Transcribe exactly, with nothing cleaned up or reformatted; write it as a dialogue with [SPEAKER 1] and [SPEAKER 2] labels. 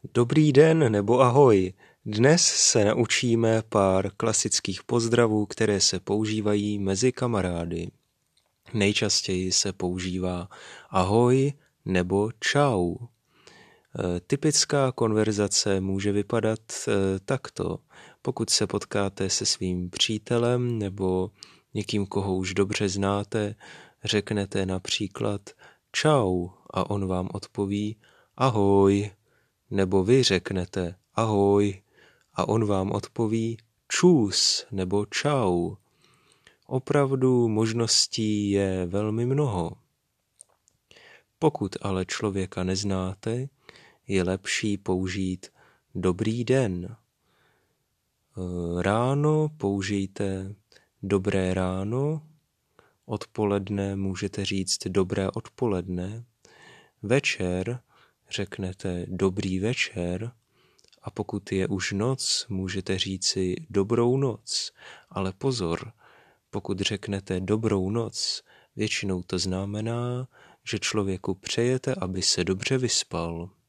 [SPEAKER 1] Dobrý den nebo ahoj. Dnes se naučíme pár klasických pozdravů, které se používají mezi kamarády. Nejčastěji se používá ahoj nebo čau. Typická konverzace může vypadat takto. Pokud se potkáte se svým přítelem nebo někým, koho už dobře znáte, řeknete například čau a on vám odpoví ahoj. Nebo vy řeknete ahoj a on vám odpoví čus nebo čau. Opravdu možností je velmi mnoho. Pokud ale člověka neznáte, je lepší použít dobrý den. Ráno použijte dobré ráno, odpoledne můžete říct dobré odpoledne, večer řeknete dobrý večer a pokud je už noc, můžete říci dobrou noc. Ale pozor, pokud řeknete dobrou noc, většinou to znamená, že člověku přejete, aby se dobře vyspal.